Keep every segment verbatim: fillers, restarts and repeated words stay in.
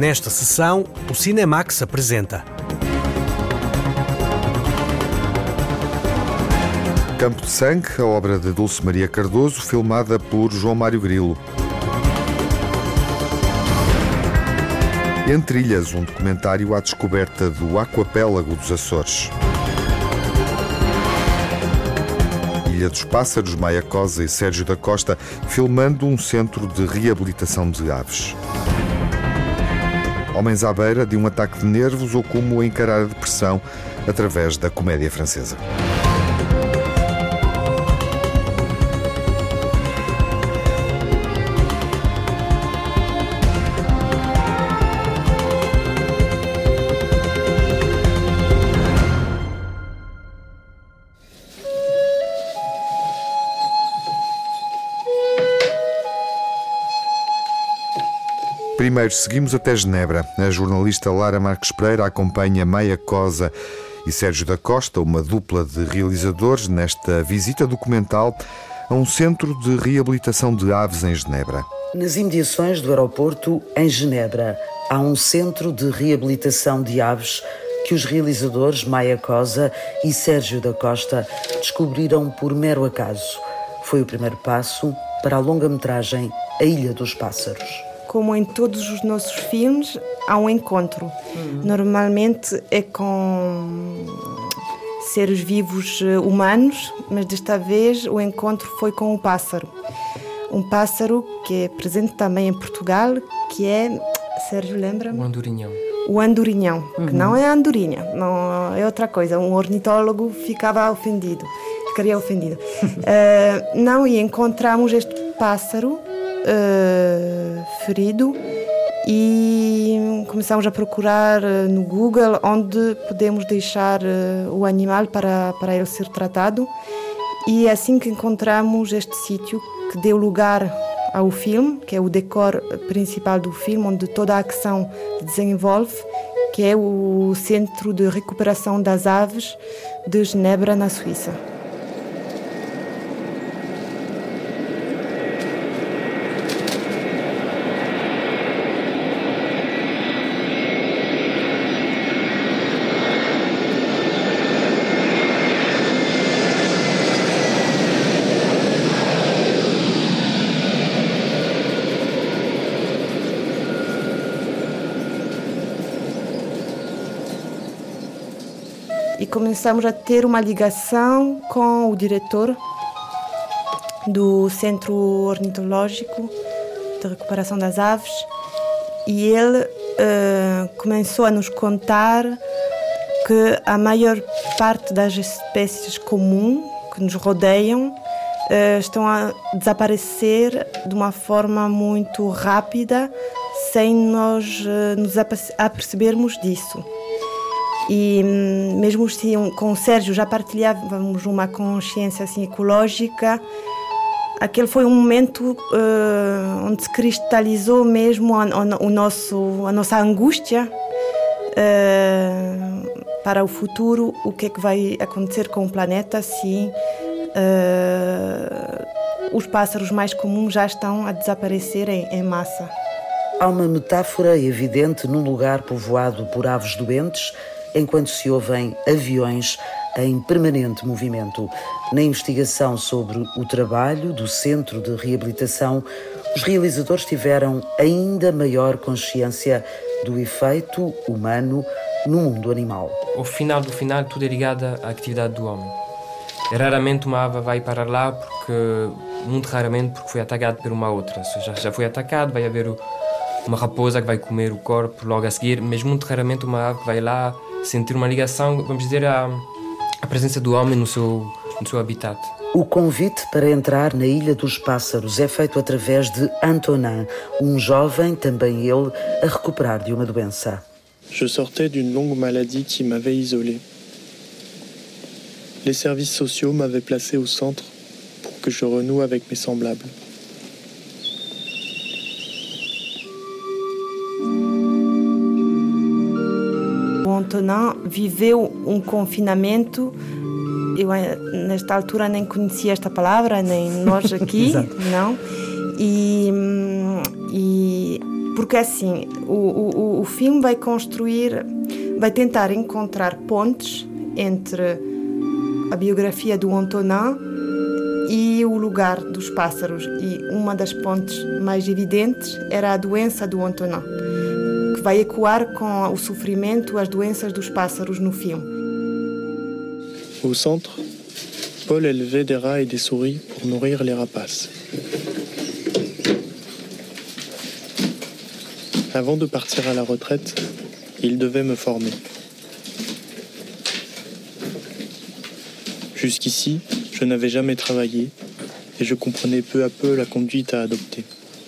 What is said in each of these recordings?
Nesta sessão, o Cinemax apresenta Campo de Sangue, a obra de Dulce Maria Cardoso, filmada por João Mário Grilo. Entre Ilhas, um documentário à descoberta do aquapélago dos Açores. Ilha dos Pássaros, Maia Cosa e Sérgio da Costa, filmando um centro de reabilitação de aves. Homens à beira de um ataque de nervos ou como encarar a depressão através da comédia francesa. Primeiro, seguimos até Genebra. A jornalista Lara Marques Pereira acompanha Maia Cosa e Sérgio da Costa, uma dupla de realizadores, nesta visita documental a um centro de reabilitação de aves em Genebra. Nas imediações do aeroporto, em Genebra, há um centro de reabilitação de aves que os realizadores Maia Cosa e Sérgio da Costa descobriram por mero acaso. Foi o primeiro passo para a longa-metragem A Ilha dos Pássaros. Como em todos os nossos filmes, há um encontro. Uhum. Normalmente é com seres vivos humanos, mas desta vez o encontro foi com um pássaro. Um pássaro que é presente também em Portugal, que é, Sérgio, lembra-me? O andorinhão. O andorinhão, uhum. Que não é andorinha, não é outra coisa. Um ornitólogo ficava ofendido, ficaria ofendido. uh, não, e encontramos este pássaro Uh, ferido e começamos a procurar uh, no Google onde podemos deixar uh, o animal para, para ele ser tratado, e é assim que encontramos este sítio que deu lugar ao filme, que é o decor principal do filme, onde toda a ação se desenvolve, que é o Centro de Recuperação das Aves de Genebra, na Suíça. E começamos a ter uma ligação com o diretor do Centro Ornitológico de Recuperação das Aves, e ele uh, começou a nos contar que a maior parte das espécies comuns que nos rodeiam uh, estão a desaparecer de uma forma muito rápida, sem nós uh, nos apercebermos disso. E mesmo assim, com o Sérgio já partilhávamos uma consciência assim, ecológica. Aquele foi um momento uh, onde se cristalizou mesmo a, a, o nosso, a nossa angústia uh, para o futuro, o que é que vai acontecer com o planeta se uh, os pássaros mais comuns já estão a desaparecer em, em massa. Há uma metáfora evidente num lugar povoado por aves doentes, enquanto se ouvem aviões em permanente movimento. Na investigação sobre o trabalho do Centro de Reabilitação, os realizadores tiveram ainda maior consciência do efeito humano no mundo animal. Ao final do final, tudo é ligado à atividade do homem. E raramente uma ave vai parar lá, porque muito raramente porque foi atacado por uma outra. Se já, já foi atacado, vai haver uma raposa que vai comer o corpo logo a seguir, mas muito raramente uma ave vai lá sentir uma ligação, vamos dizer, à, à presença do homem no seu, no seu habitat. O convite para entrar na Ilha dos Pássaros é feito através de Antonin, um jovem, também ele, a recuperar de uma doença. Je sortais d'une longue maladie qui m'avait isolé. Les services sociaux m'avaient placé au centre pour que je renoue avec mes semblables. O Antonin viveu um confinamento. Eu, nesta altura, nem conhecia esta palavra, nem nós aqui, não. E, e Porque assim, o, o, o filme vai construir, vai tentar encontrar pontes entre a biografia do Antonin e o lugar dos pássaros. E uma das pontes mais evidentes era a doença do Antonin, que vai ecoar com o sofrimento, as doenças dos pássaros no filme. Au centre, Paul élevait des rats et des souris pour nourrir les rapaces. Avant de partir à la retraite, il devait me former. Jusqu'ici, je n'avais jamais travaillé et je comprenais peu à peu la conduite à adopter.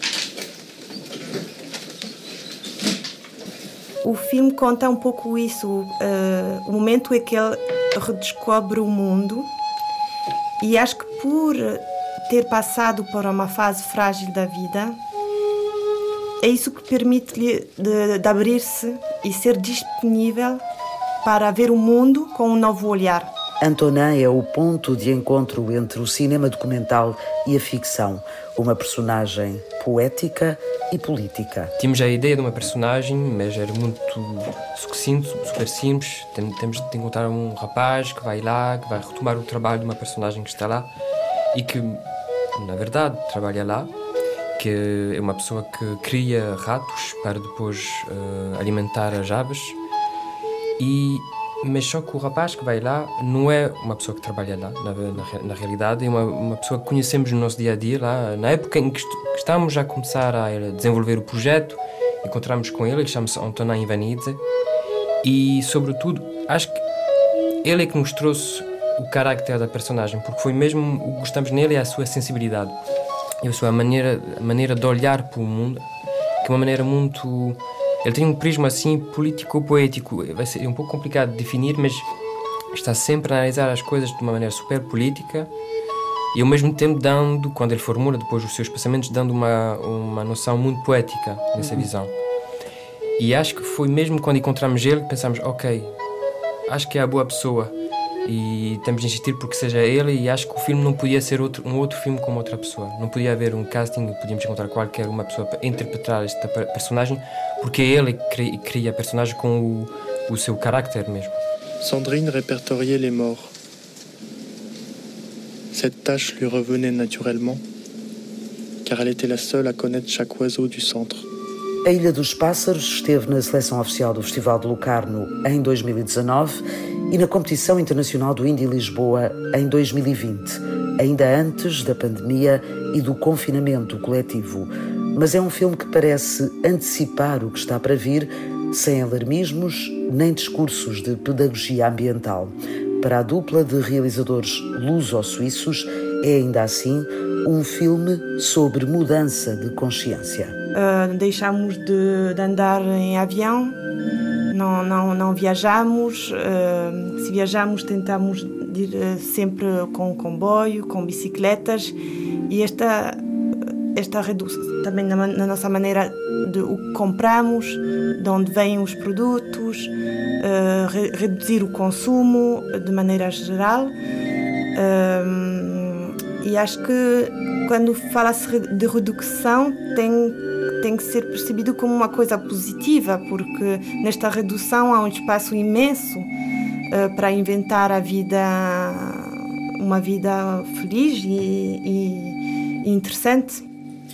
O filme conta um pouco isso, uh, o momento em que ele redescobre o mundo, e acho que por ter passado por uma fase frágil da vida, é isso que permite-lhe de, de abrir-se e ser disponível para ver o mundo com um novo olhar. Antonin é o ponto de encontro entre o cinema documental e a ficção, uma personagem poética e política. Tínhamos a ideia de uma personagem, mas era muito sucinto, super simples. Temos de encontrar um rapaz que vai lá, que vai retomar o trabalho de uma personagem que está lá e que, na verdade, trabalha lá, que é uma pessoa que cria ratos para depois uh, alimentar as aves. E mas só que o rapaz que vai lá não é uma pessoa que trabalha lá, na, na, na realidade, é uma, uma pessoa que conhecemos no nosso dia-a-dia, lá, na época em que, est- que estamos a começar a desenvolver o projeto, encontramos com ele, ele chama-se Antonin Ivanidze, e, sobretudo, acho que ele é que nos trouxe o carácter da personagem, porque foi mesmo o que gostamos nele, é a sua sensibilidade, e a sua maneira, a maneira de olhar para o mundo, que é uma maneira muito... Ele tem um prisma assim político-poético. Vai ser um pouco complicado de definir, mas está sempre a analisar as coisas de uma maneira super política e ao mesmo tempo dando, quando ele formula depois os seus pensamentos, dando uma, uma noção muito poética nessa visão. E acho que foi mesmo quando encontramos ele que pensámos, ok, acho que é a boa pessoa e temos de insistir porque seja ele, e acho que o filme não podia ser outro, um outro filme como outra pessoa. Não podia haver um casting, podíamos encontrar qualquer uma pessoa para interpretar esta personagem, porque é ele que cria a personagem com o, o seu carácter mesmo. Sandrine répertoriait les morts. Cette tâche lui revenait naturellement, car elle était la seule à connaître chaque oiseau du centre. A Ilha dos Pássaros esteve na seleção oficial do Festival de Locarno em dois mil e dezanove e na competição internacional do Indie Lisboa em dois mil e vinte, ainda antes da pandemia e do confinamento coletivo. Mas é um filme que parece antecipar o que está para vir, sem alarmismos nem discursos de pedagogia ambiental. Para a dupla de realizadores luso-suíços, é ainda assim um filme sobre mudança de consciência. Uh, deixamos de, de andar em avião, não, não, não viajamos. Uh, se viajamos, tentamos ir uh, sempre com comboio, com bicicletas, e esta, esta reduz também na, na nossa maneira de o que compramos, de onde vêm os produtos, uh, re, reduzir o consumo de maneira geral. Uh, e acho que quando fala-se de redução tem tem que ser percebido como uma coisa positiva, porque nesta redução há um espaço imenso uh, para inventar a vida, uma vida feliz e, e, e interessante.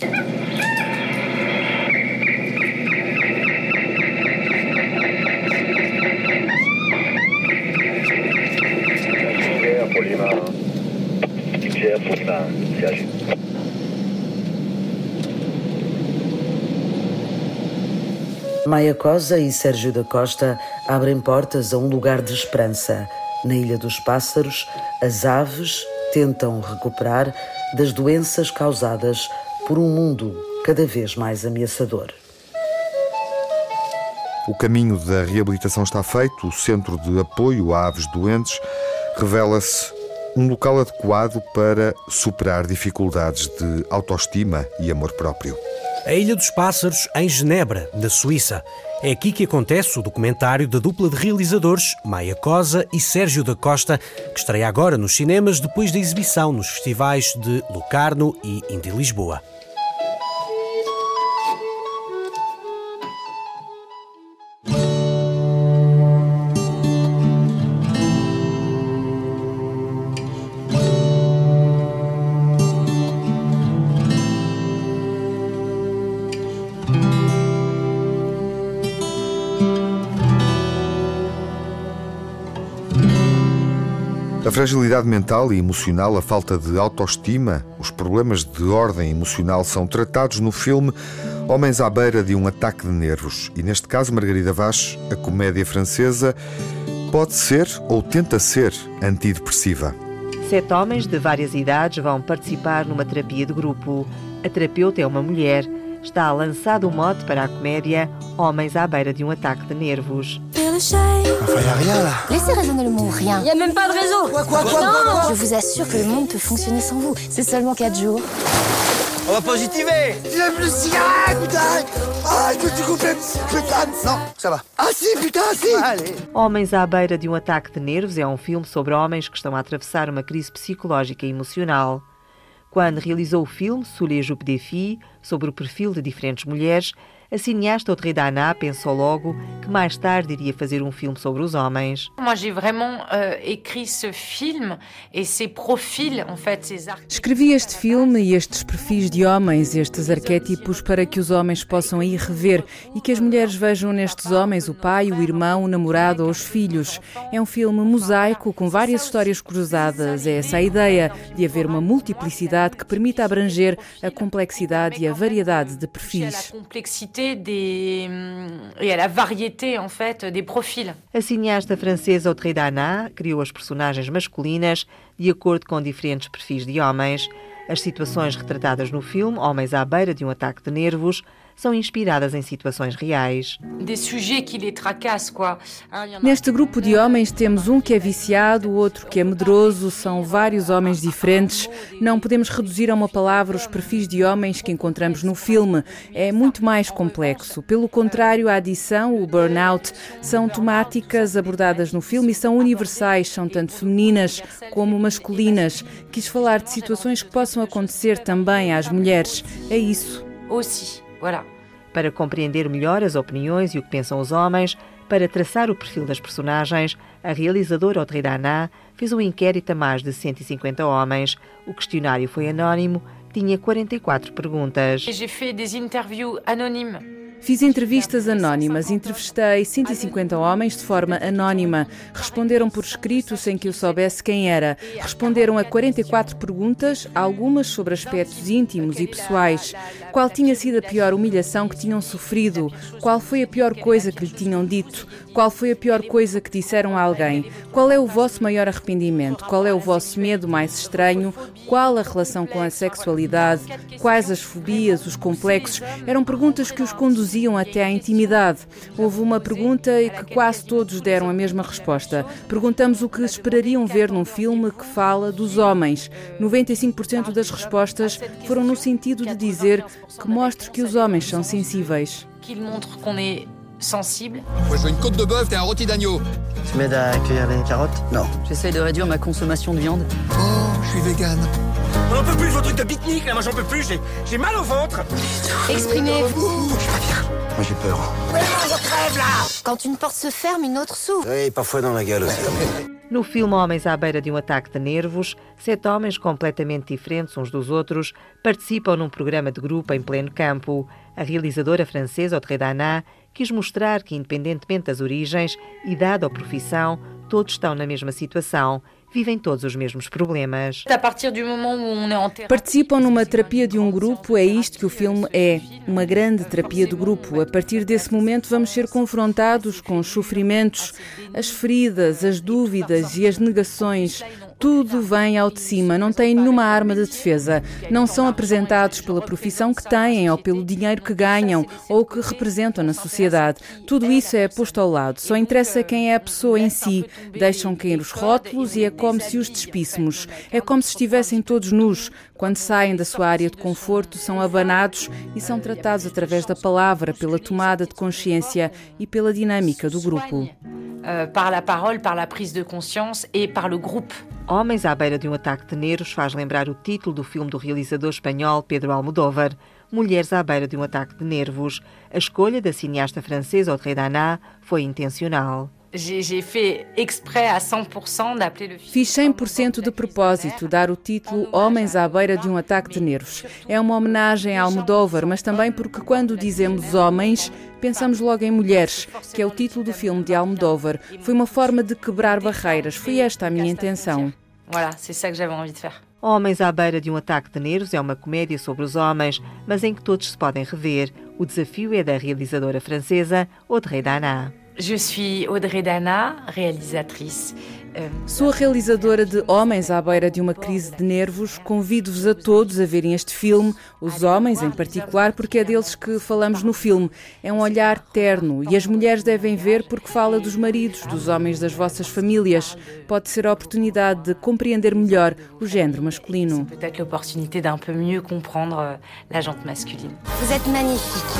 Maia Cosa e Sérgio da Costa abrem portas a um lugar de esperança. Na Ilha dos Pássaros, as aves tentam recuperar das doenças causadas por um mundo cada vez mais ameaçador. O caminho da reabilitação está feito, o Centro de Apoio a Aves Doentes revela-se um local adequado para superar dificuldades de autoestima e amor próprio. A Ilha dos Pássaros, em Genebra, na Suíça. É aqui que acontece o documentário da dupla de realizadores Maia Cosa e Sérgio da Costa, que estreia agora nos cinemas depois da exibição nos festivais de Locarno e Indie Lisboa. A fragilidade mental e emocional, a falta de autoestima, os problemas de ordem emocional são tratados no filme Homens à beira de um ataque de nervos. E neste caso, Margarida Vaz, a comédia francesa, pode ser ou tenta ser antidepressiva. Sete homens de várias idades vão participar numa terapia de grupo. A terapeuta é uma mulher. Está lançado o mote para a comédia Homens à beira de um ataque de nervos. Enfin, y a rien là. Laissez résonner le mot rien. Y a même pas de raison. Quoi, quoi, quoi, Non, quoi, quoi. je vous assure que le monde peut fonctionner sans vous. C'est seulement quatre jours. On va positiver. Il aime le cigare, putain. Ah, je me suis coupé. Putain, non, ça va. Ah si, putain, si. Allez. Homens à beira de um ataque de nervos é um filme sobre homens que estão a atravessar uma crise psicológica e emocional. Quando realizou o filme Sous les jupes des filles, sobre o perfil de diferentes mulheres, a cineasta Audrey Dana pensou logo que mais tarde iria fazer um filme sobre os homens. Moi, j'ai vraiment euh, écrit ce film et ces profils, en fait, ces archétypes. Escrevi este filme e estes perfis de homens, estes arquétipos, para que os homens possam aí rever e que as mulheres vejam nestes homens o pai, o irmão, o namorado ou os filhos. É um filme mosaico com várias histórias cruzadas. É essa a ideia de haver uma multiplicidade que permita abranger a complexidade e a variedade de perfis. Des... et à la variété, en fait, des profils. A cineasta francesa Audrey Dana criou as personagens masculinas de acordo com diferentes perfis de homens. As situações retratadas no filme, Homens à beira de um ataque de nervos, são inspiradas em situações reais. Des sujets qui les tracassent, quoi. Neste grupo de homens temos um que é viciado, o outro que é medroso, são vários homens diferentes. Não podemos reduzir a uma palavra os perfis de homens que encontramos no filme. É muito mais complexo. Pelo contrário, a adição, o burnout, são temáticas abordadas no filme e são universais, são tanto femininas como masculinas. Quis falar de situações que possam acontecer também às mulheres. É isso. Aussi. Voilà. Para compreender melhor as opiniões e o que pensam os homens, para traçar o perfil das personagens, a realizadora Audrey Dana fez um inquérito a mais de cento e cinquenta homens. O questionário foi anónimo, tinha quarenta e quatro perguntas. J'ai fait des interviews anonymes. Fiz entrevistas anónimas, entrevistei cento e cinquenta homens de forma anónima. Responderam por escrito sem que eu soubesse quem era. Responderam a quarenta e quatro perguntas, algumas sobre aspectos íntimos e pessoais. Qual tinha sido a pior humilhação que tinham sofrido? Qual foi a pior coisa que lhe tinham dito? Qual foi a pior coisa que disseram a alguém? Qual é o vosso maior arrependimento? Qual é o vosso medo mais estranho? Qual a relação com a sexualidade? Quais as fobias, os complexos? Eram perguntas que os conduziam até à intimidade. Houve uma pergunta e que quase todos deram a mesma resposta. Perguntamos o que esperariam ver num filme que fala dos homens. noventa e cinco por cento das respostas foram no sentido de dizer que mostre que os homens são sensíveis. Qu'il montre qu'on est sensible. Moi je veux une côte de bœuf et un rôti d'agneau. Tu m'aides à cueillir les carottes? Non. J'essaye de réduire ma consommation de viande. Oh, je suis végane. On n'en peut plus, vos trucs de pique-nique, là, moi j'en peux plus, j'ai, j'ai mal au ventre. Exprimez-vous. Je suis pas bien. Moi j'ai peur. Mais non, je crève là. Quand une porte se ferme, une autre s'ouvre. Oui, parfois dans la gueule aussi. No filme Homens à beira de um ataque de nervos, sete homens completamente diferentes uns dos outros participam num programa de grupo em pleno campo. A realizadora francesa Audrey Dana quis mostrar que, independentemente das origens, idade ou profissão, todos estão na mesma situação. Vivem todos os mesmos problemas. Participam numa terapia de um grupo, é isto que o filme é, uma grande terapia de grupo. A partir desse momento vamos ser confrontados com os sofrimentos, as feridas, as dúvidas e as negações. Tudo vem ao de cima, não têm nenhuma arma de defesa. Não são apresentados pela profissão que têm ou pelo dinheiro que ganham ou que representam na sociedade. Tudo isso é posto ao lado. Só interessa quem é a pessoa em si. Deixam cair os rótulos e é como se os despíssemos. É como se estivessem todos nus. Quando saem da sua área de conforto, são abanados e são tratados através da palavra, pela tomada de consciência e pela dinâmica do grupo. Uh, par la parole, par la prise de conscience et par le groupe. Homens à beira de um ataque de nervos faz lembrar o título do filme do realizador espanhol Pedro Almodóvar, Mulheres à beira de um ataque de nervos. A escolha da cineasta francesa Audrey Dana foi intencional. Fiz cem por cento de propósito dar o título Homens à beira de um ataque de nervos. É uma homenagem a Almodóvar, mas também porque quando dizemos homens, pensamos logo em mulheres, que é o título do filme de Almodóvar. Foi uma forma de quebrar barreiras. Foi esta a minha intenção. Voilà, c'est ça que j'avais envie de faire. Homens à beira de um ataque de nervos é uma comédia sobre os homens, mas em que todos se podem rever. O desafio é da realizadora francesa Audrey Dana. Je suis Audrey Dana, réalisatrice. Sou a realizadora de Homens à beira de uma crise de nervos. Convido-vos a todos a verem este filme, os homens em particular, porque é deles que falamos no filme. É um olhar terno e as mulheres devem ver porque fala dos maridos, dos homens das vossas famílias. Pode ser a oportunidade de compreender melhor o género masculino. Peut-être l'opportunité d'un peu mieux comprendre la gente masculine. Vous êtes magnifique.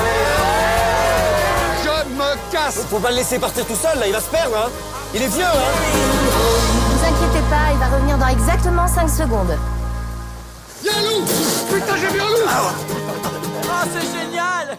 Je me casse. Faut pas le laisser partir tout seul, là, il va se perdre, hein. Il est vieux, hein. Ne vous inquiétez pas, il va revenir dans exactement cinq secondes. Y'a un loup. Putain, j'ai vu un loup. Ah, c'est génial.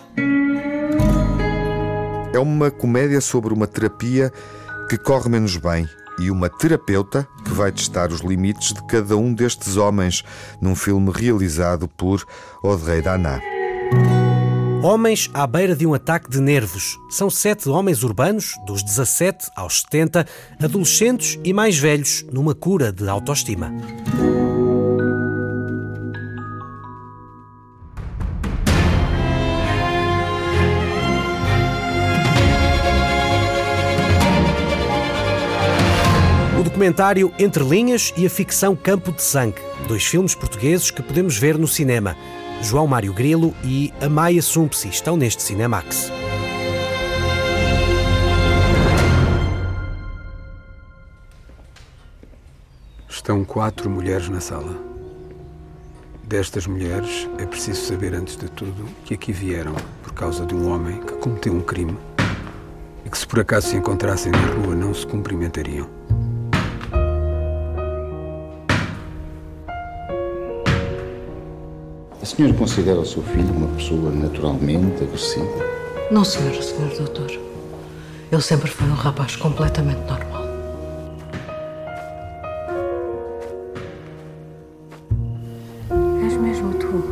É uma comédia sobre uma terapia que corre menos bem e uma terapeuta que vai testar os limites de cada um destes homens num filme realizado por Audrey Dana. Homens à beira de um ataque de nervos. São sete homens urbanos, dos dezassete aos setenta, adolescentes e mais velhos, numa cura de autoestima. O documentário Entre Linhas e a ficção Campo de Sangue. Dois filmes portugueses que podemos ver no cinema. João Mário Grilo e Amaya Sumpsi estão neste Cinemax. Estão quatro mulheres na sala. Destas mulheres, é preciso saber, antes de tudo, que aqui vieram por causa de um homem que cometeu um crime e que, se por acaso se encontrassem na rua, não se cumprimentariam. A senhora considera o seu filho uma pessoa naturalmente agressiva? Não, senhora, senhor doutor. Ele sempre foi um rapaz completamente normal. És mesmo tu?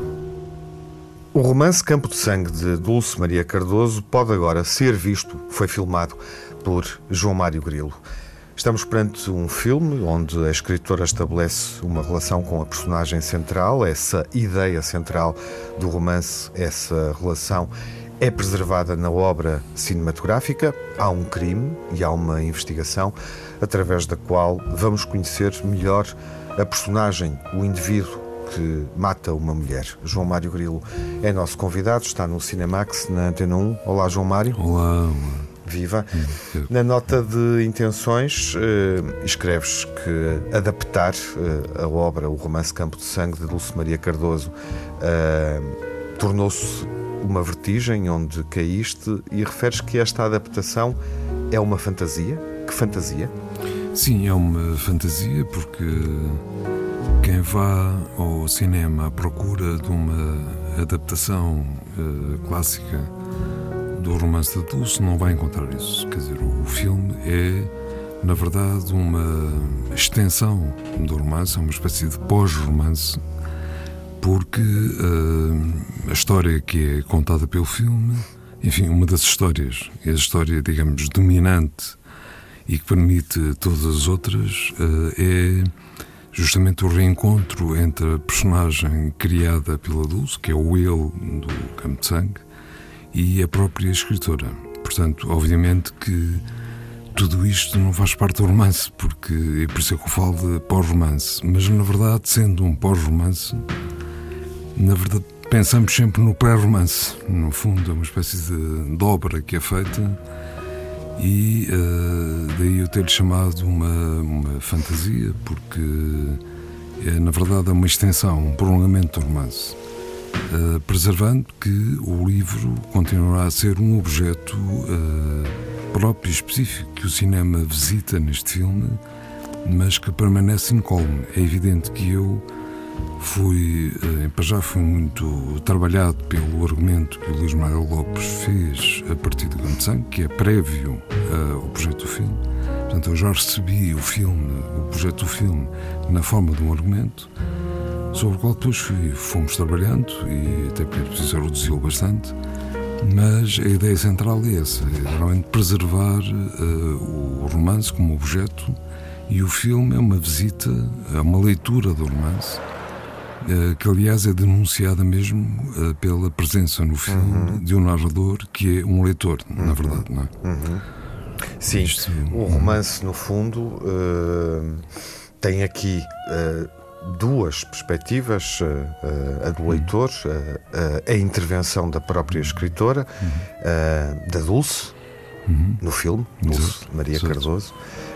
O romance Campo de Sangue de Dulce Maria Cardoso pode agora ser visto, foi filmado por João Mário Grilo. Estamos perante um filme onde a escritora estabelece uma relação com a personagem central. Essa ideia central do romance, essa relação, é preservada na obra cinematográfica. Há um crime e há uma investigação através da qual vamos conhecer melhor a personagem, o indivíduo que mata uma mulher. João Mário Grilo é nosso convidado, está no Cinemax, na Antena um. Olá, João Mário. Olá. Viva. Na nota de intenções, eh, escreves que adaptar eh, a obra, o romance Campo de Sangue de Dulce Maria Cardoso, eh, tornou-se uma vertigem onde caíste, e referes que esta adaptação é uma fantasia. Que fantasia? Sim, é uma fantasia porque quem vá ao cinema à procura de uma adaptação eh, clássica do romance da Dulce não vai encontrar isso. Quer dizer, o filme é, na verdade, uma extensão do romance, é uma espécie de pós-romance, porque uh, a história que é contada pelo filme, enfim, uma das histórias, é a história, digamos, dominante e que permite todas as outras, uh, é justamente o reencontro entre a personagem criada pela Dulce, que é o eu do Campo de Sangue, e a própria escritora. Portanto, obviamente que tudo isto não faz parte do romance, porque é por isso que eu falo de pós-romance. Mas, na verdade, sendo um pós-romance, na verdade, pensamos sempre no pré-romance. No fundo, é uma espécie de, de obra que é feita e uh, daí eu ter-lhe chamado uma, uma fantasia, porque, é, na verdade, é uma extensão, um prolongamento do romance. Uh, preservando que o livro continuará a ser um objeto uh, próprio e específico que o cinema visita neste filme, mas que permanece incólume. É evidente que eu fui, uh, já fui muito trabalhado pelo argumento que o Luís Manuel Lopes fez a partir do Campo de Sangue, que é prévio uh, ao projeto do filme. Portanto, eu já recebi o filme, o projeto do filme, na forma de um argumento, sobre o qual depois fui, fomos trabalhando, e até porque é preciso reduzi-lo bastante, mas a ideia central é essa, é realmente preservar uh, o romance como objeto E o filme é uma visita, é uma leitura do romance, que aliás é denunciada mesmo pela presença no filme uhum. de um narrador que é um leitor, uhum. na verdade, não é? Uhum. Sim, Isto, o romance, no fundo, uh, tem aqui uh, duas perspectivas, uh, uh, a do leitor, uh, uh, a intervenção da própria escritora, uh, da Dulce, uhum. no filme, Dulce Exato. Maria Exato. Cardoso,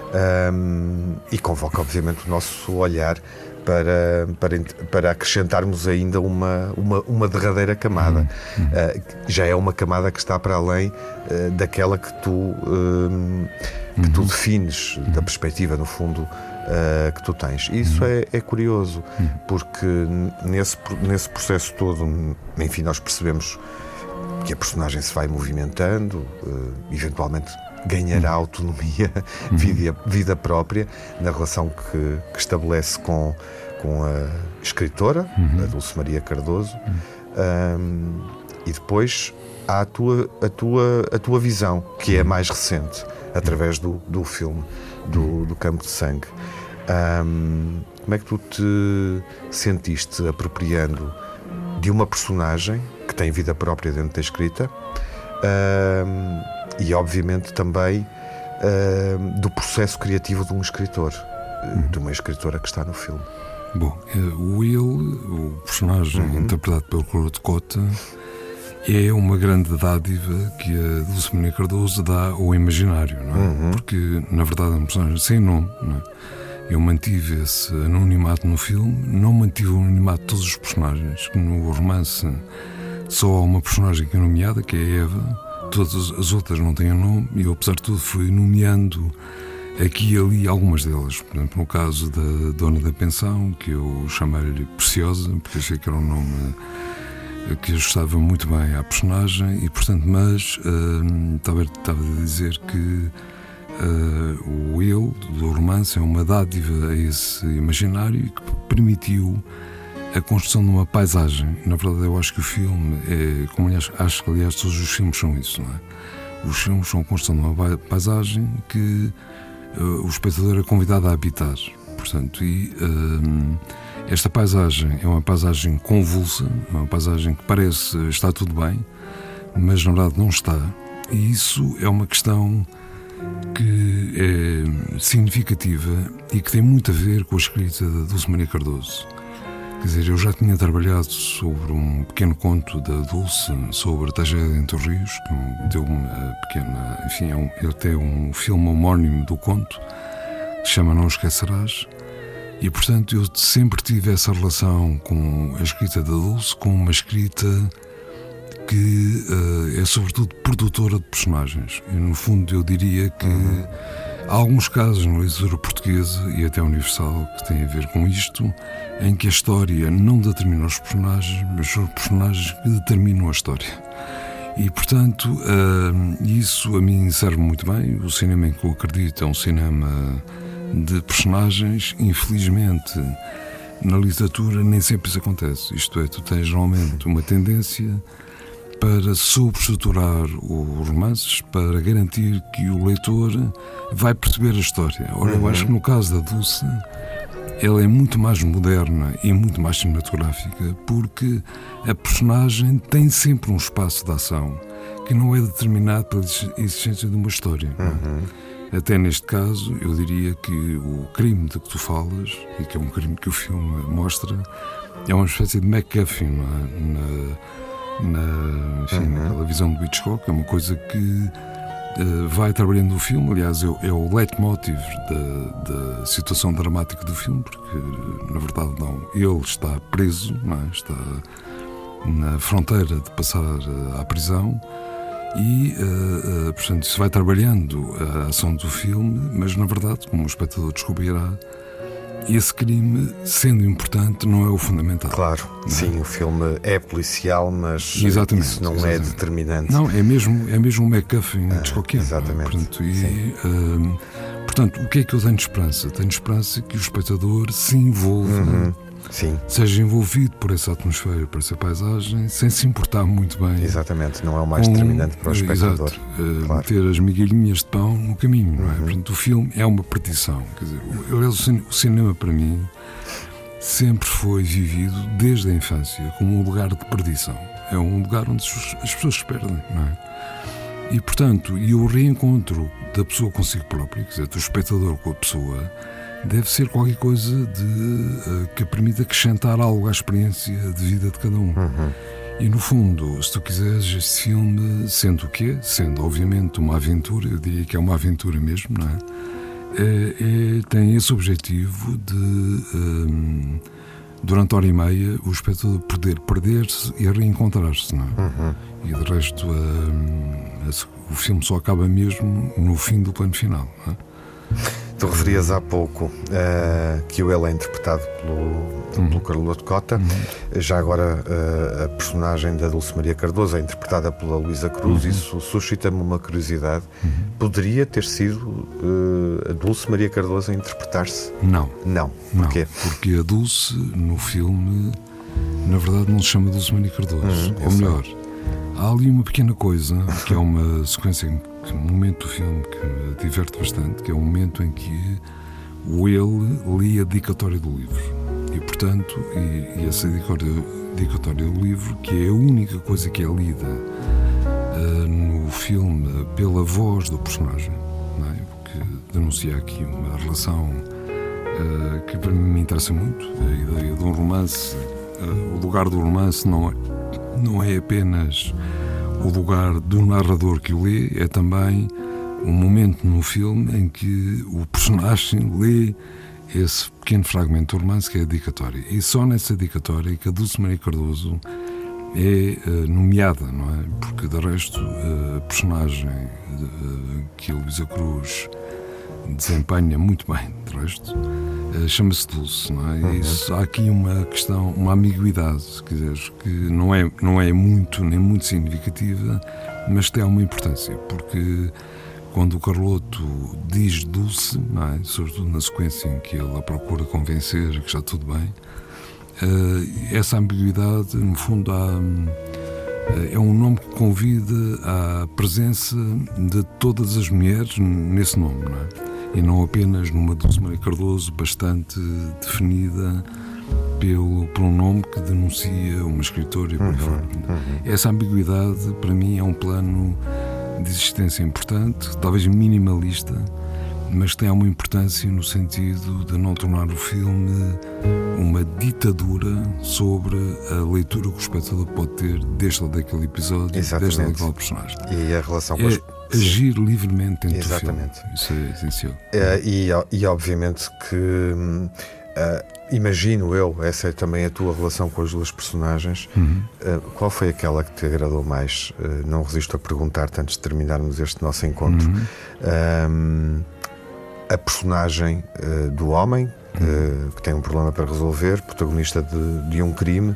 um, e convoca, obviamente, o nosso olhar para, para, para acrescentarmos ainda uma, uma, uma derradeira camada. Uhum. Uh, já é uma camada que está para além uh, daquela que tu, uh, que uhum. tu defines, uhum. da perspectiva, no fundo, uh, que tu tens. E isso uhum. é, é curioso, uhum. porque nesse, nesse processo todo, enfim, nós percebemos que a personagem se vai movimentando, uh, eventualmente ganhará autonomia, uhum. vida, vida própria, na relação que, que estabelece com, com a escritora, uhum. a Dulce Maria Cardoso, uhum. um, e depois há a tua, a, tua, a tua visão, que é mais recente, através do, do filme, do, do Campo de Sangue. Um, como é que tu te sentiste apropriando de uma personagem que tem vida própria dentro da escrita, um, e obviamente também uh, do processo criativo de um escritor, uhum. de uma escritora que está no filme? Bom, o Will, o personagem uhum. interpretado pelo Coro de Cota, é uma grande dádiva que a Dulce Maria Cardoso dá ao imaginário, não é? Uhum. Porque, na verdade, é um personagem sem nome, não é? Eu mantive esse anonimato no filme, não mantive o anonimato de todos os personagens, que no romance só há uma personagem que é nomeada, que é a Eva. Todas as outras não têm nome, e eu, apesar de tudo, fui nomeando aqui e ali algumas delas. Por exemplo, no caso da Dona da Pensão, que eu chamei-lhe Preciosa, porque achei que era um nome que ajustava muito bem à personagem, e, portanto, mas uh, estava, estava a dizer que uh, o eu do romance é uma dádiva a esse imaginário e que permitiu a construção de uma paisagem. Na verdade, eu acho que o filme é, como aliás, acho que aliás todos os filmes são isso, não é? Os filmes são a construção de uma paisagem que uh, o espectador é convidado a habitar. Portanto, e uh, esta paisagem é uma paisagem convulsa, é uma paisagem que parece estar tudo bem, mas na verdade não está. E isso é uma questão que é significativa e que tem muito a ver com a escrita da Dulce Maria Cardoso. Quer dizer, eu já tinha trabalhado sobre um pequeno conto da Dulce sobre a tragédia em Torrios, que deu uma pequena, enfim, é um, ele tem um filme homónimo do conto, que se chama Não Esquecerás, e portanto eu sempre tive essa relação com a escrita da Dulce, com uma escrita que uh, é sobretudo produtora de personagens. E no fundo eu diria que uhum. há alguns casos na literatura portuguesa e até universal que têm a ver com isto, em que a história não determina os personagens, mas são os personagens que determinam a história. E, portanto, uh, isso a mim serve muito bem. O cinema em que eu acredito é um cinema de personagens. Infelizmente, na literatura nem sempre isso acontece. Isto é, tu tens normalmente uma tendência para sobreestruturar os romances, para garantir que o leitor vai perceber a história. Ora, eu acho que no caso da Dulce, ela é muito mais moderna e muito mais cinematográfica, porque a personagem tem sempre um espaço de ação que não é determinado pela existência de uma história. Uhum. Até neste caso, eu diria que o crime de que tu falas, e que é um crime que o filme mostra, é uma espécie de MacGuffin, não é? Na, na, enfim, uhum. naquela visão de Hitchcock, é uma coisa que uh, vai trabalhando no filme. Aliás, é, é o leitmotiv da, da situação dramática do filme, porque na verdade não, ele está preso, não é? Está na fronteira de passar uh, à prisão e uh, uh, portanto isso vai trabalhando a ação do filme, mas na verdade, como o espectador descobrirá, esse crime, sendo importante, não é o fundamental. Claro, não sim, é? O filme é policial, mas exatamente, isso não exatamente. é determinante. Não, é mesmo, é mesmo um MacGuffin ah, Hitchcockiano. Exatamente. Portanto, e, uh, portanto, o que é que eu tenho de esperança? Tenho de esperança que o espectador se envolva uhum. Sim. seja envolvido por essa atmosfera, por essa paisagem, sem se importar muito bem. Exatamente, não é o mais com, determinante para o espectador. Exato, uh, claro. Meter as migalhinhas de pão no caminho, não é? Uhum. Portanto, o filme é uma perdição. Quer dizer, o, o cinema, para mim, sempre foi vivido, desde a infância, como um lugar de perdição. É um lugar onde as pessoas se perdem, não é? E, portanto, e o reencontro da pessoa consigo própria, quer dizer, do espectador com a pessoa, deve ser qualquer coisa de, uh, que permita acrescentar algo à experiência de vida de cada um. Uhum. E, no fundo, se tu quiseres, este filme, sendo o quê? Sendo, obviamente, uma aventura, eu diria que é uma aventura mesmo, não é? É, é, tem esse objetivo de, um, durante a hora e meia, o espectador poder perder-se e reencontrar-se, não é? Uhum. E, de resto, um, o filme só acaba mesmo no fim do plano final, não é? Tu referias há pouco uh, que o ele é interpretado pelo, uhum. pelo Carloto Cota. Uhum. Já agora uh, a personagem da Dulce Maria Cardoso é interpretada pela Luísa Cruz. Uhum. Isso suscita-me uma curiosidade. Uhum. Poderia ter sido uh, a Dulce Maria Cardoso a interpretar-se? Não. Não. Porquê? Não, porque a Dulce, no filme, na verdade não se chama Dulce Maria Cardoso. Uhum, Ou melhor, sei. Há ali uma pequena coisa, que é uma sequência, um momento do filme que me diverte bastante, que é o momento em que o ele lê a dedicatória do livro. E, portanto, e, e essa dedicatória do livro, que é a única coisa que é lida uh, no filme pela voz do personagem, não é? Porque denuncia aqui uma relação uh, que para mim me interessa muito, a ideia de um romance. Uh, o lugar do romance não é, não é apenas o lugar do narrador que o lê, é também um momento no filme em que o personagem lê esse pequeno fragmento do romance que é a dedicatória. E só nessa dedicatória que a Dulce Maria Cardoso é uh, nomeada, não é? Porque, de resto, uh, a personagem uh, que a Luísa Cruz desempenha muito bem, de resto, uh, chama-se Dulce, não é? E isso, há aqui uma questão, uma ambiguidade, se quiseres, que não é, não é muito, nem muito significativa, mas tem uma importância, porque quando o Carloto diz Dulce, não é? Sobretudo na sequência em que ele a procura convencer que está tudo bem, uh, essa ambiguidade, no fundo, há, uh, é um nome que convida à presença de todas as mulheres nesse nome, não é? E não apenas numa Dulce Maria Cardoso bastante definida pelo, pelo nome que denuncia uma escritora e por aí fora. Essa ambiguidade, para mim, é um plano de existência importante, talvez minimalista, mas tem uma importância no sentido de não tornar o filme uma ditadura sobre a leitura que o espectador pode ter deste ou daquele episódio, deste ou daquele personagem. E a relação com é as... agir livremente dentro Exatamente. do filme. Isso é essencial. É, e, e obviamente que uh, imagino eu, essa é também a tua relação com as duas personagens. Uhum. Uh, qual foi aquela que te agradou mais? Uh, não resisto a perguntar-te antes de terminarmos este nosso encontro. Uhum. Uh, a personagem uh, do homem, uh, que tem um problema para resolver, protagonista de, de um crime,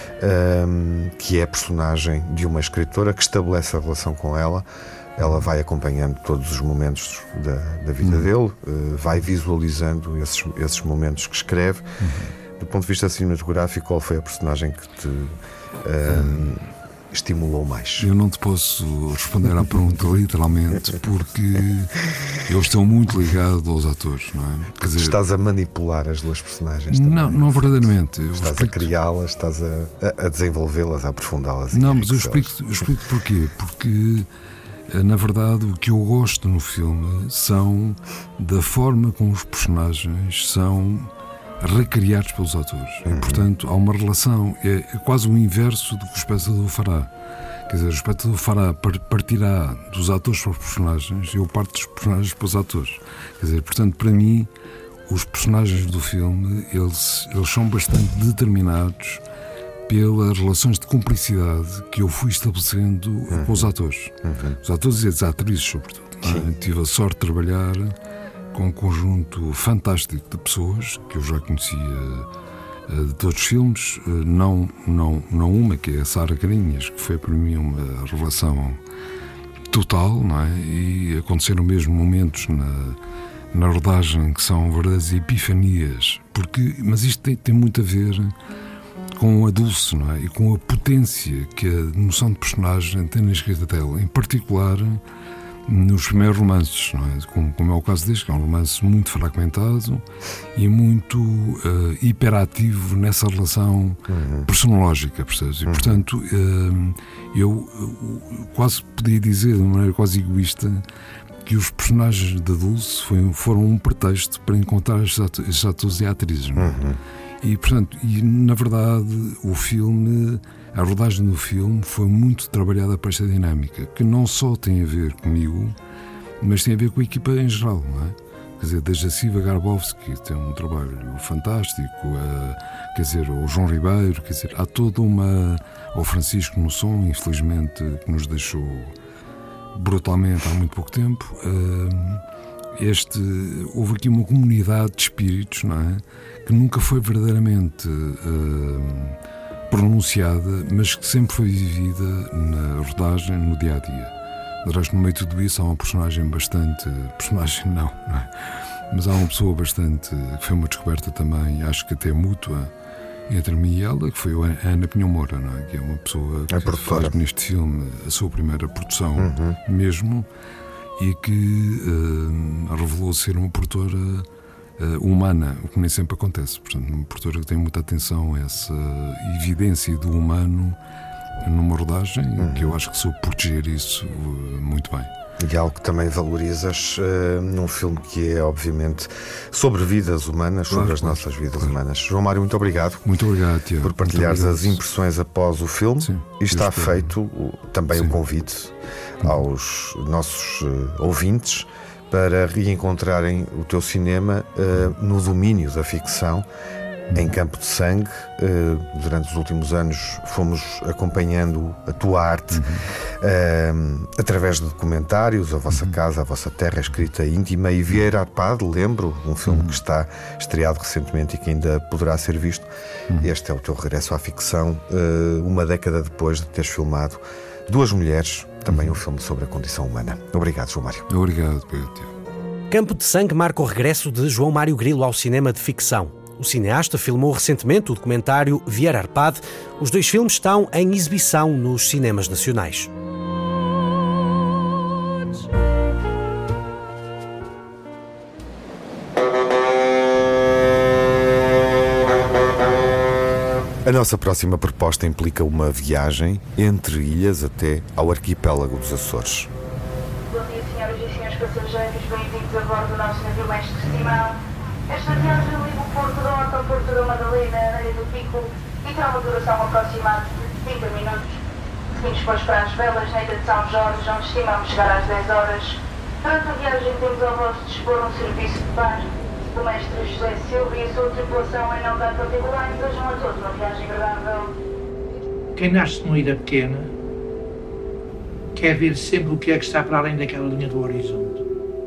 uh, que é a personagem de uma escritora que estabelece a relação com ela. Ela vai acompanhando todos os momentos da, da vida uhum. dele, uh, vai visualizando esses, esses momentos que escreve. Uhum. Do ponto de vista cinematográfico, qual foi a personagem que te uh, uhum. estimulou mais? Eu não te posso responder à pergunta literalmente, porque eu estou muito ligado aos atores, não é? Quer dizer, estás a manipular as duas personagens também. Não, não verdadeiramente. Eu estás explico... a criá-las, estás a, a desenvolvê-las, a aprofundá-las. Não, mas eu explico, eu explico porquê. Porque, na verdade, o que eu gosto no filme são da forma como os personagens são recriados pelos atores. Uhum. E, portanto, há uma relação, é, é quase o inverso do que o espectador fará. Quer dizer, o espectador fará, partirá dos atores para os personagens e eu parto dos personagens para os atores. Quer dizer, portanto, para mim, os personagens do filme, eles, eles são bastante determinados pelas relações de cumplicidade que eu fui estabelecendo uhum. com os atores. Uhum. Os atores e as atrizes, sobretudo. É? Tive a sorte de trabalhar com um conjunto fantástico de pessoas que eu já conhecia de todos os filmes, não, não, não uma, que é a Sara Carinhas, que foi para mim uma revelação total, não é? E aconteceram mesmo momentos na, na rodagem que são verdadeiras epifanias, porque, mas isto tem, tem muito a ver com a dulce, não é? E com a potência que a noção de personagem tem na escrita dela, em particular nos primeiros romances, não é? Como, como é o caso deste, que é um romance muito fragmentado e muito uh, hiperativo nessa relação uhum. personológica, percebes? E, uhum. portanto, uh, eu uh, quase podia dizer, de uma maneira quase egoísta, que os personagens da Dulce foi, foram um pretexto para encontrar estes atores e atrizes, não é? Uhum. E, portanto, e, na verdade, o filme, a rodagem do filme foi muito trabalhada para esta dinâmica, que não só tem a ver comigo, mas tem a ver com a equipa em geral, não é? Quer dizer, desde a Siva Garbowski, que tem um trabalho fantástico, a, quer dizer, o João Ribeiro, quer dizer, há toda uma... o Francisco no som, infelizmente, que nos deixou brutalmente há muito pouco tempo. Este, houve aqui uma comunidade de espíritos, não é? Que nunca foi verdadeiramente uh, pronunciada, mas que sempre foi vivida na rodagem, no dia-a-dia. De resto, no meio de tudo isso, há uma personagem bastante... Personagem não, não é? Mas há uma pessoa bastante... que foi uma descoberta também, acho que até mútua, entre mim e ela, que foi a Ana Pinhão Moura, não é? Que é uma pessoa que é faz neste filme a sua primeira produção uhum. mesmo, e que uh, revelou ser uma produtora uh, humana, o que nem sempre acontece. Portanto, uma produtora que tem muita atenção a essa evidência do humano numa rodagem, uhum. que eu acho que soube proteger isso uh, muito bem. E algo que também valorizas uh, num filme que é, obviamente, sobre vidas humanas, sobre claro, as nossas claro, vidas claro. humanas. João Mário, muito obrigado. Muito obrigado, Tiago. Por partilhares as impressões após o filme. Sim, e está feito o, também o um convite aos nossos uh, ouvintes para reencontrarem o teu cinema uh, no domínio da ficção, em Campo de Sangue. Uh, durante os últimos anos fomos acompanhando a tua arte uhum. uh, através de documentários, A Vossa uhum. Casa, A Vossa Terra, Escrita Íntima, e Vieira Arpade, lembro, um filme uhum. que está estreado recentemente e que ainda poderá ser visto. Uhum. Este é o teu regresso à ficção, uh, uma década depois de teres filmado Duas Mulheres, também uhum. um filme sobre a condição humana. Obrigado, João Mário. Obrigado, Pedro. Campo de Sangue marca o regresso de João Mário Grilo ao cinema de ficção. O cineasta filmou recentemente o documentário Vieira Arpade. Os dois filmes estão em exibição nos cinemas nacionais. A nossa próxima proposta implica uma viagem entre ilhas até ao arquipélago dos Açores. Bom dia, senhoras e senhores passageiros. Bem-vindos a bordo do nosso navio Mestre Simão. Esta viagem liga o Porto da Horta ao Porto da Madalena, na Ilha do Pico, e terá uma duração aproximada de trinta minutos. Seguimos depois para as velas na Ilha de São Jorge, onde estimamos chegar às dez horas. Durante a viagem temos ao vosso dispor um serviço de bar. O mestre José Silva e a sua tripulação, em nome da particular, desejam a todos uma viagem agradável. Quem nasce numa ilha pequena quer ver sempre o que é que está para além daquela linha do horizonte.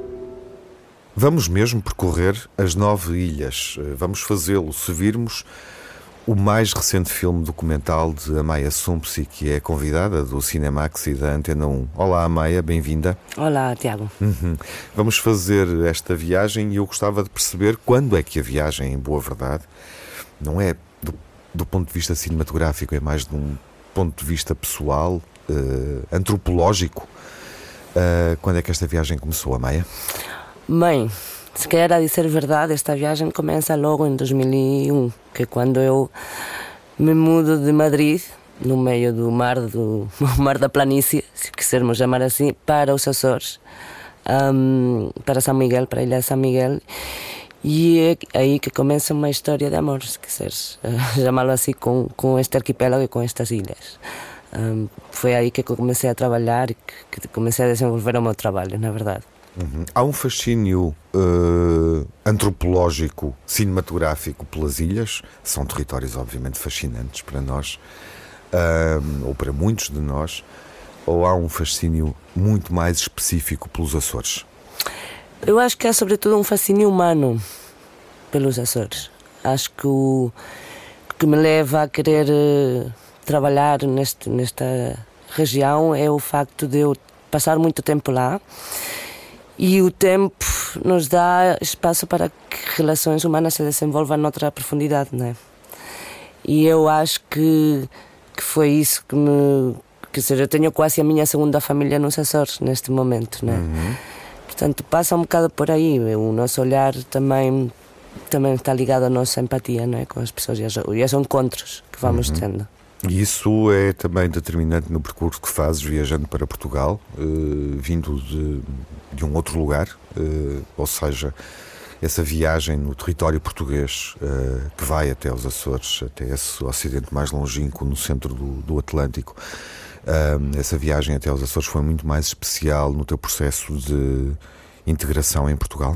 Vamos mesmo percorrer as nove ilhas. Vamos fazê-lo se virmos o mais recente filme documental de Amaia Sumpsi, que é convidada do Cinemax e da Antena um. Olá, Amaia, bem-vinda. Olá, Tiago. Uhum. Vamos fazer esta viagem e eu gostava de perceber quando é que a viagem, em boa verdade, não é do, do ponto de vista cinematográfico, é mais de um ponto de vista pessoal, uh, antropológico. Uh, quando é que esta viagem começou, Amaia? Bem, se quer a dizer verdade, esta viagem começa logo em dois mil e um, que é quando eu me mudo de Madrid, no meio do mar, do mar da planície, se quisermos chamar assim, para os Açores, um, para São Miguel, para a ilha de São Miguel, e é aí que começa uma história de amor, se quiseres uh, chamá-lo assim, com, com este arquipélago e com estas ilhas. Um, foi aí que comecei a trabalhar e que, que comecei a desenvolver o meu trabalho, na verdade. Uhum. Há um fascínio uh, antropológico, cinematográfico pelas ilhas. São territórios obviamente fascinantes para nós, uh, ou para muitos de nós. Ou há um fascínio muito mais específico pelos Açores? Eu acho que há sobretudo um fascínio humano pelos Açores. Acho que o que me leva a querer uh, trabalhar neste, nesta região é o facto de eu passar muito tempo lá. E o tempo nos dá espaço para que relações humanas se desenvolvam noutra profundidade, não é? E eu acho que, que foi isso que me... Quer dizer, eu tenho quase a minha segunda família nos Açores neste momento, não é? Uhum. Portanto, passa um bocado por aí. O nosso olhar também, também está ligado à nossa empatia, não é? Com as pessoas e aos, e aos encontros que vamos uhum. tendo. E isso é também determinante no percurso que fazes viajando para Portugal, eh, vindo de, de um outro lugar, eh, ou seja, essa viagem no território português eh, que vai até os Açores, até esse ocidente mais longínquo no centro do, do Atlântico. Eh, essa viagem até os Açores foi muito mais especial no teu processo de integração em Portugal?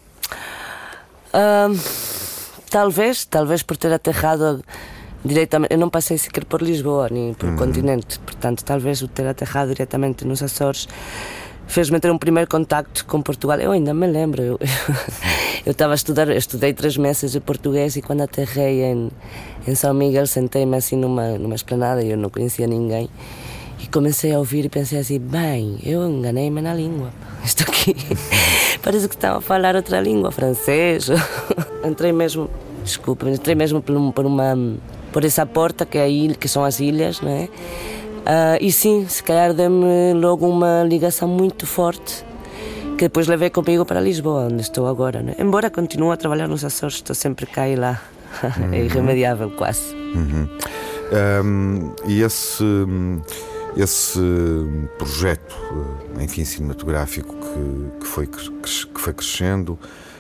Uh, talvez, talvez por ter aterrado diretamente. Eu não passei sequer por Lisboa nem pelo uhum. continente, portanto talvez o ter aterrado diretamente nos Açores fez-me ter um primeiro contacto com Portugal. Eu ainda me lembro, eu estava a estudar, eu estudei três meses de português e quando aterrei em, em São Miguel sentei-me assim numa, numa esplanada e eu não conhecia ninguém e comecei a ouvir e pensei assim, bem, eu enganei-me na língua, isto aqui parece que estava a falar outra língua, francês. Entrei mesmo, desculpa, entrei mesmo por, um, por uma... por essa porta que, é ilha, que são as ilhas, não é? Uh, e sim, se calhar deu-me logo uma ligação muito forte que depois levei comigo para Lisboa, onde estou agora, não é? Embora continue a trabalhar nos Açores, estou sempre cá e lá. Uhum. É irremediável quase. Uhum. Um, e esse, esse projeto, enfim, cinematográfico que, que, foi, que foi crescendo,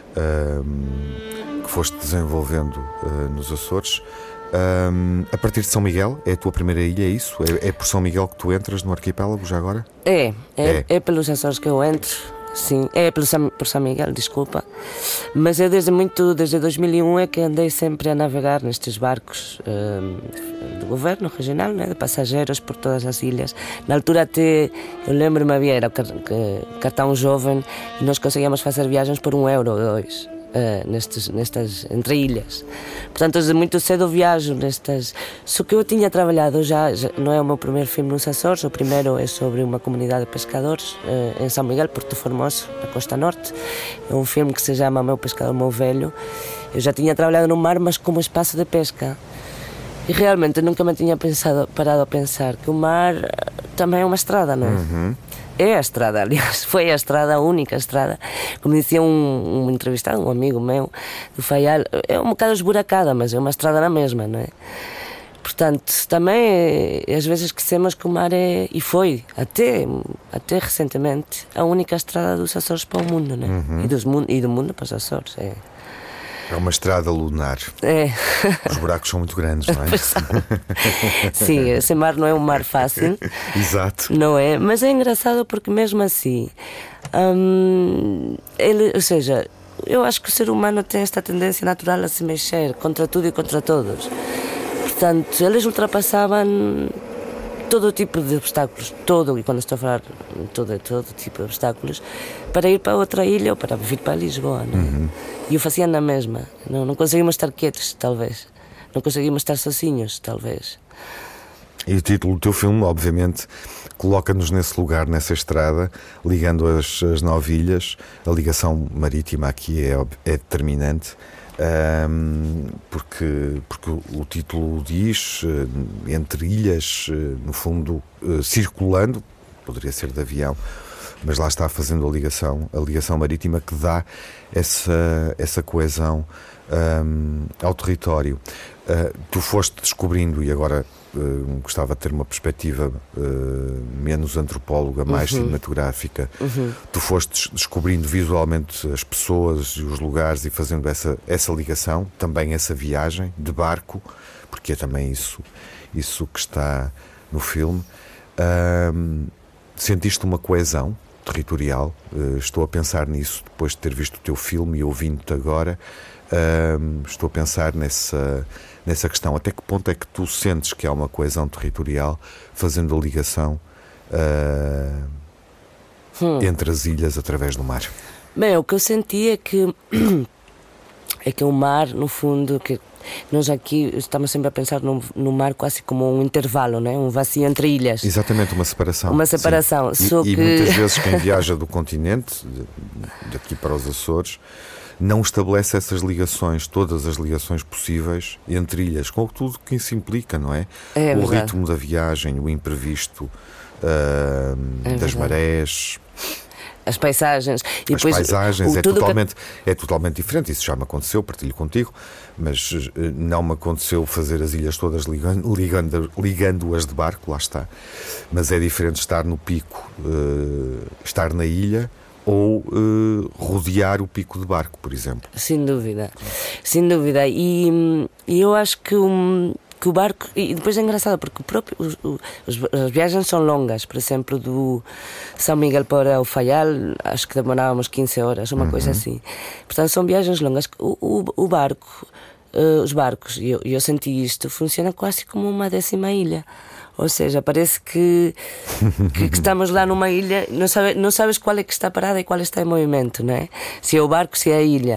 um, que foste desenvolvendo uh, nos Açores, Um, a partir de São Miguel, é a tua primeira ilha, é isso? É, é por São Miguel que tu entras no arquipélago já agora? É, é, é. é pelos Açores que eu entro, sim. É pelo São, por São Miguel, desculpa. Mas eu desde muito, desde dois mil e um é que andei sempre a navegar nestes barcos um, do governo regional, né, de passageiros por todas as ilhas. Na altura até, eu lembro-me, havia era o cartão jovem e nós conseguíamos fazer viagens por um euro ou dois. Uh, nestes, nestas entre ilhas. Portanto, desde muito cedo viajo nestas. Só que eu tinha trabalhado já, já não é o meu primeiro filme nos Açores, o primeiro é sobre uma comunidade de pescadores uh, em São Miguel, Porto Formoso, na Costa Norte. É um filme que se chama Meu Pescador, Meu Velho. Eu já tinha trabalhado no mar, mas como espaço de pesca. E realmente nunca me tinha pensado, parado a pensar que o mar também é uma estrada, não é? Uhum. É a estrada, aliás, foi a estrada, a única estrada. Como dizia um, um entrevistado, um amigo meu do Faial, é um bocado esburacada, mas é uma estrada na mesma, não é? Portanto, também às vezes esquecemos que o mar é, e foi, até, até recentemente, a única estrada dos Açores para o mundo, não é? Uhum. E, dos, e do mundo para os Açores, é. É uma estrada lunar. É. Os buracos são muito grandes, não é? Sim, esse mar não é um mar fácil. Exato. Não é? Mas é engraçado porque mesmo assim, hum, ele, ou seja, eu acho que o ser humano tem esta tendência natural a se mexer contra tudo e contra todos. Portanto, eles ultrapassavam todo tipo de obstáculos, todo, e quando estou a falar todo, todo tipo de obstáculos, para ir para outra ilha ou para vir para Lisboa, não é? Uhum. E eu fazia na mesma, não, não conseguimos estar quietos, talvez, não conseguimos estar sozinhos, talvez. E o título do teu filme, obviamente, coloca-nos nesse lugar, nessa estrada, ligando as, as nove ilhas. A ligação marítima aqui é, é determinante. Um, porque, porque o título diz uh, entre ilhas, uh, no fundo, uh, circulando, poderia ser de avião, mas lá está fazendo a ligação, a ligação marítima que dá essa, essa coesão um, ao território. Uh, tu foste descobrindo, e agora uh, gostava de ter uma perspectiva uh, menos antropóloga, mais uhum. cinematográfica. Uhum. Tu foste descobrindo visualmente as pessoas e os lugares e fazendo essa, essa ligação, também essa viagem de barco, porque é também isso, isso que está no filme. Uh, sentiste uma coesão territorial? Uh, estou a pensar nisso depois de ter visto o teu filme e ouvindo-te agora. Uh, estou a pensar nessa, nessa questão. Até que ponto é que tu sentes que há uma coesão territorial fazendo a ligação uh, hum. entre as ilhas através do mar? Bem, o que eu senti é que é que o mar, no fundo, que nós aqui estamos sempre a pensar no, no mar quase como um intervalo, né? Um vazio entre ilhas. Exatamente, uma separação. Uma separação. Sim. Só e, que... e muitas vezes quem viaja do continente, daqui para os Açores, não estabelece essas ligações, todas as ligações possíveis entre ilhas, com tudo que isso implica, não é? É o verdade. ritmo da viagem, o imprevisto, uh, é das verdade. marés... As paisagens. E As depois, paisagens o, é, tudo totalmente, que... é totalmente diferente. Isso já me aconteceu, partilho contigo, mas uh, não me aconteceu fazer as ilhas todas ligando, ligando, ligando-as de barco, lá está. Mas é diferente estar no pico, uh, estar na ilha, ou uh, rodear o pico de barco, por exemplo. Sem dúvida, sem dúvida. E, e eu acho que, um, que o barco... E depois é engraçado, porque o próprio, os, os, as viagens são longas. Por exemplo, do São Miguel para o Faial, acho que demorávamos quinze horas, uma uhum. coisa assim. Portanto, são viagens longas. O, o, o barco, uh, os barcos, e eu, eu senti isto, funciona quase como uma décima ilha. Ou seja, parece que, que, que estamos lá numa ilha, não, sabe, não sabes qual é que está parada e qual está em movimento, não é? Se é o barco, se é a ilha.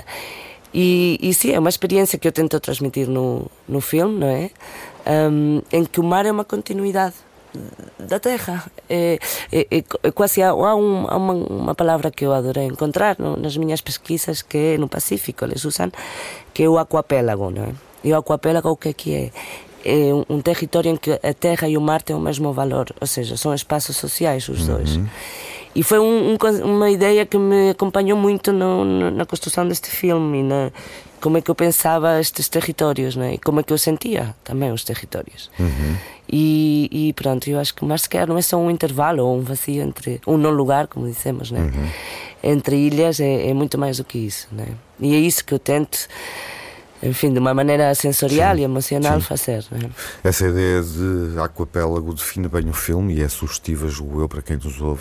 E, e sim, é uma experiência que eu tento transmitir no, no filme, não é? Um, em que o mar é uma continuidade da terra. É, é, é, quase há, há, um, há uma, uma palavra que eu adorei encontrar no, nas minhas pesquisas, que é no Pacífico, eles usam, que é o aquapélago, não é? E o aquapélago, o que é que é? É um território em que a terra e o mar têm o mesmo valor, ou seja, são espaços sociais os dois. Uhum. E foi um, um, uma ideia que me acompanhou muito no, no, na construção deste filme, e na, como é que eu pensava estes territórios, né? E como é que eu sentia também os territórios. Uhum. E, e pronto, eu acho que mais sequer não é só um intervalo ou um vazio entre um não lugar, como dissemos, né? Uhum. Entre ilhas é, é muito mais do que isso, né? E é isso que eu tento, enfim, de uma maneira sensorial sim, e emocional sim. fazer. Né? Essa ideia de aquapélago define bem o filme e é sugestiva, julgo eu, para quem nos ouve.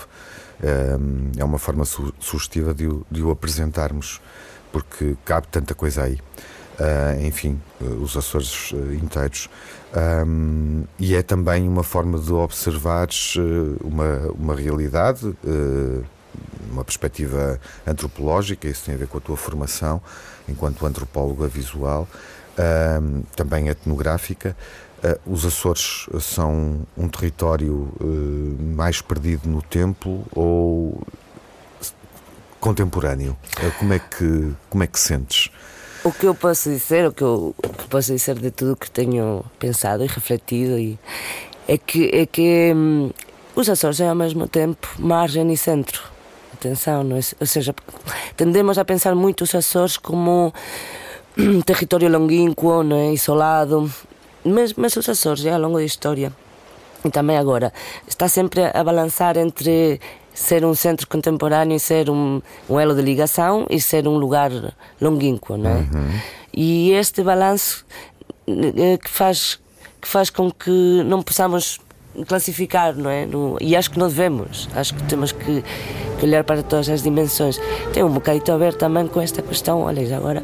É uma forma su- sugestiva de o, de o apresentarmos, porque cabe tanta coisa aí. Uh, enfim, uh, os Açores uh, inteiros. Um, e é também uma forma de observares uh, uma, uma realidade, uh, uma perspectiva antropológica, isso tem a ver com a tua formação enquanto antropóloga visual, uh, também etnográfica. Uh, os Açores são um território uh, mais perdido no tempo ou contemporâneo? Uh, como é que, como é que sentes? O que eu posso dizer, o que eu o que posso dizer de tudo que tenho pensado e refletido e, é que, é que hum, os Açores é ao mesmo tempo margem e centro. Atenção, não é? Ou seja, tendemos a pensar muito os Açores como um território longínquo, não é? Isolado. Mas, mas os Açores, já ao longo da história, e também agora, está sempre a balançar entre ser um centro contemporâneo e ser um, um elo de ligação e ser um lugar longínquo, não é? Uhum. E este balanço que faz, que faz com que não possamos classificar, não é? No, e acho que não devemos, acho que temos que, que olhar para todas as dimensões. Tem um bocadito a ver também com esta questão, olha, agora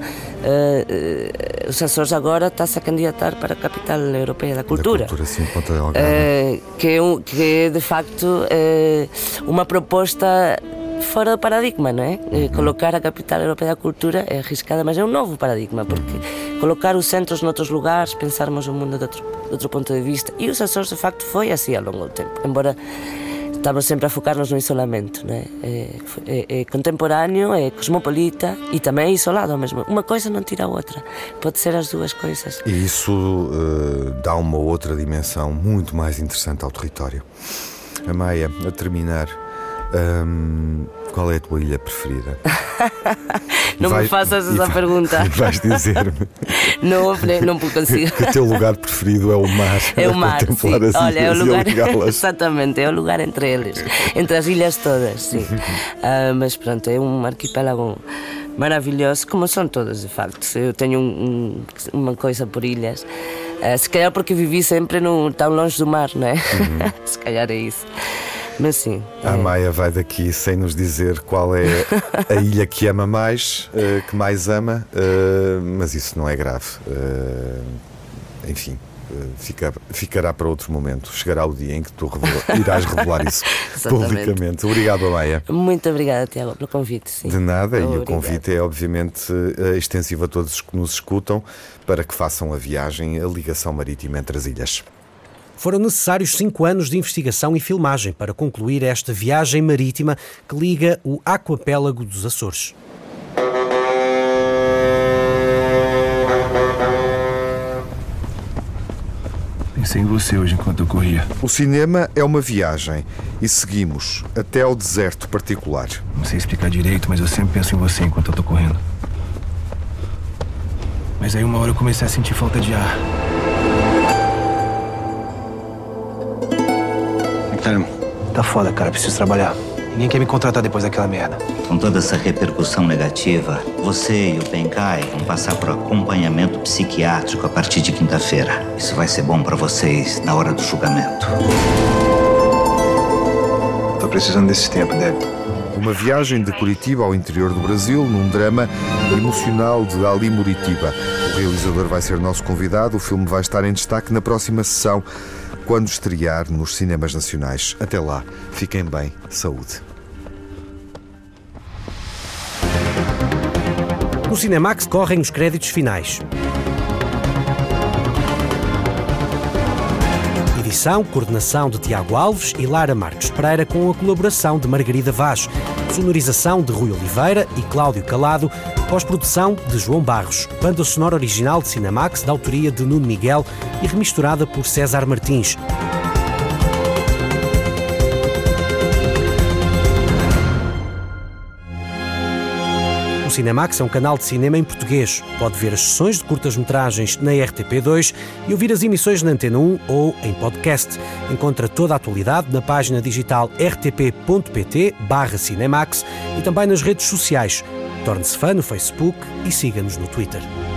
uh, uh, os Açores agora está-se a candidatar para a capital europeia da cultura, da cultura sim, Ponta Delgada. Uh, que, é um, que é de facto uh, uma proposta fora do paradigma, não é? Uhum. Colocar a capital europeia da cultura é arriscada, mas é um novo paradigma, porque colocar os centros noutros lugares, pensarmos o mundo de outro, de outro ponto de vista. E os Açores, de facto, foi assim ao longo do tempo, embora estamos sempre a focar-nos no isolamento, não é? É, é, é contemporâneo, é cosmopolita e também é isolado ao mesmo. Uma coisa não tira a outra, pode ser as duas coisas. E isso uh, dá uma outra dimensão muito mais interessante ao território. Amaia, a terminar, um, qual é a tua ilha preferida? Não vai, me faças essa vai, pergunta. Vais dizer-me. Não, não consigo. Que o teu lugar preferido é o mar. É o mar, sim. Olha, é o lugar. Exatamente, é o lugar entre eles, entre as ilhas todas, sim. Uh, mas pronto, é um arquipélago maravilhoso, como são todas, de facto. Eu tenho um, um, uma coisa por ilhas. Uh, se calhar porque vivi sempre no, tão longe do mar, não é? Uhum. Se calhar é isso. Mas sim. A Maia vai daqui sem nos dizer qual é a ilha que ama mais, uh, que mais ama, uh, mas isso não é grave. Uh, enfim, fica, ficará para outro momento. Chegará o dia em que tu revela, irás revelar isso publicamente. Obrigado, Amaia. Muito obrigada, Tiago, pelo convite. Sim. De nada, Obrigada. E o convite é obviamente extensivo a todos os que nos escutam para que façam a viagem, a ligação marítima entre as ilhas. Foram necessários cinco anos de investigação e filmagem para concluir esta viagem marítima que liga o aquapélago dos Açores. Pensei em você hoje enquanto eu corria. O cinema é uma viagem e seguimos até ao deserto particular. Não sei explicar direito, mas eu sempre penso em você enquanto eu tô correndo. Mas aí uma hora eu comecei a sentir falta de ar. Caramba, tá foda, cara. Preciso trabalhar. Ninguém quer me contratar depois daquela merda. Com toda essa repercussão negativa, você e o Benkai vão passar por acompanhamento psiquiátrico a partir de quinta-feira. Isso vai ser bom pra vocês na hora do julgamento. Tô precisando desse tempo, Deb. Uma viagem de Curitiba ao interior do Brasil num drama emocional de Ali Muritiba. O realizador vai ser nosso convidado. O filme vai estar em destaque na próxima sessão, quando estrear nos cinemas nacionais. Até lá, fiquem bem, saúde. No Cinemax correm os créditos finais. Edição, coordenação de Tiago Alves e Lara Marques Pereira, com a colaboração de Margarida Vaz. Sonorização de Rui Oliveira e Cláudio Calado. Pós-produção de João Barros. Banda sonora original de Cinemax, da autoria de Nuno Miguel e remisturada por César Martins. O Cinemax é um canal de cinema em português. Pode ver as sessões de curtas-metragens na R T P dois e ouvir as emissões na Antena um ou em podcast. Encontra toda a atualidade na página digital r t p ponto p t barra Cinemax e também nas redes sociais. Torne-se fã no Facebook e siga-nos no Twitter.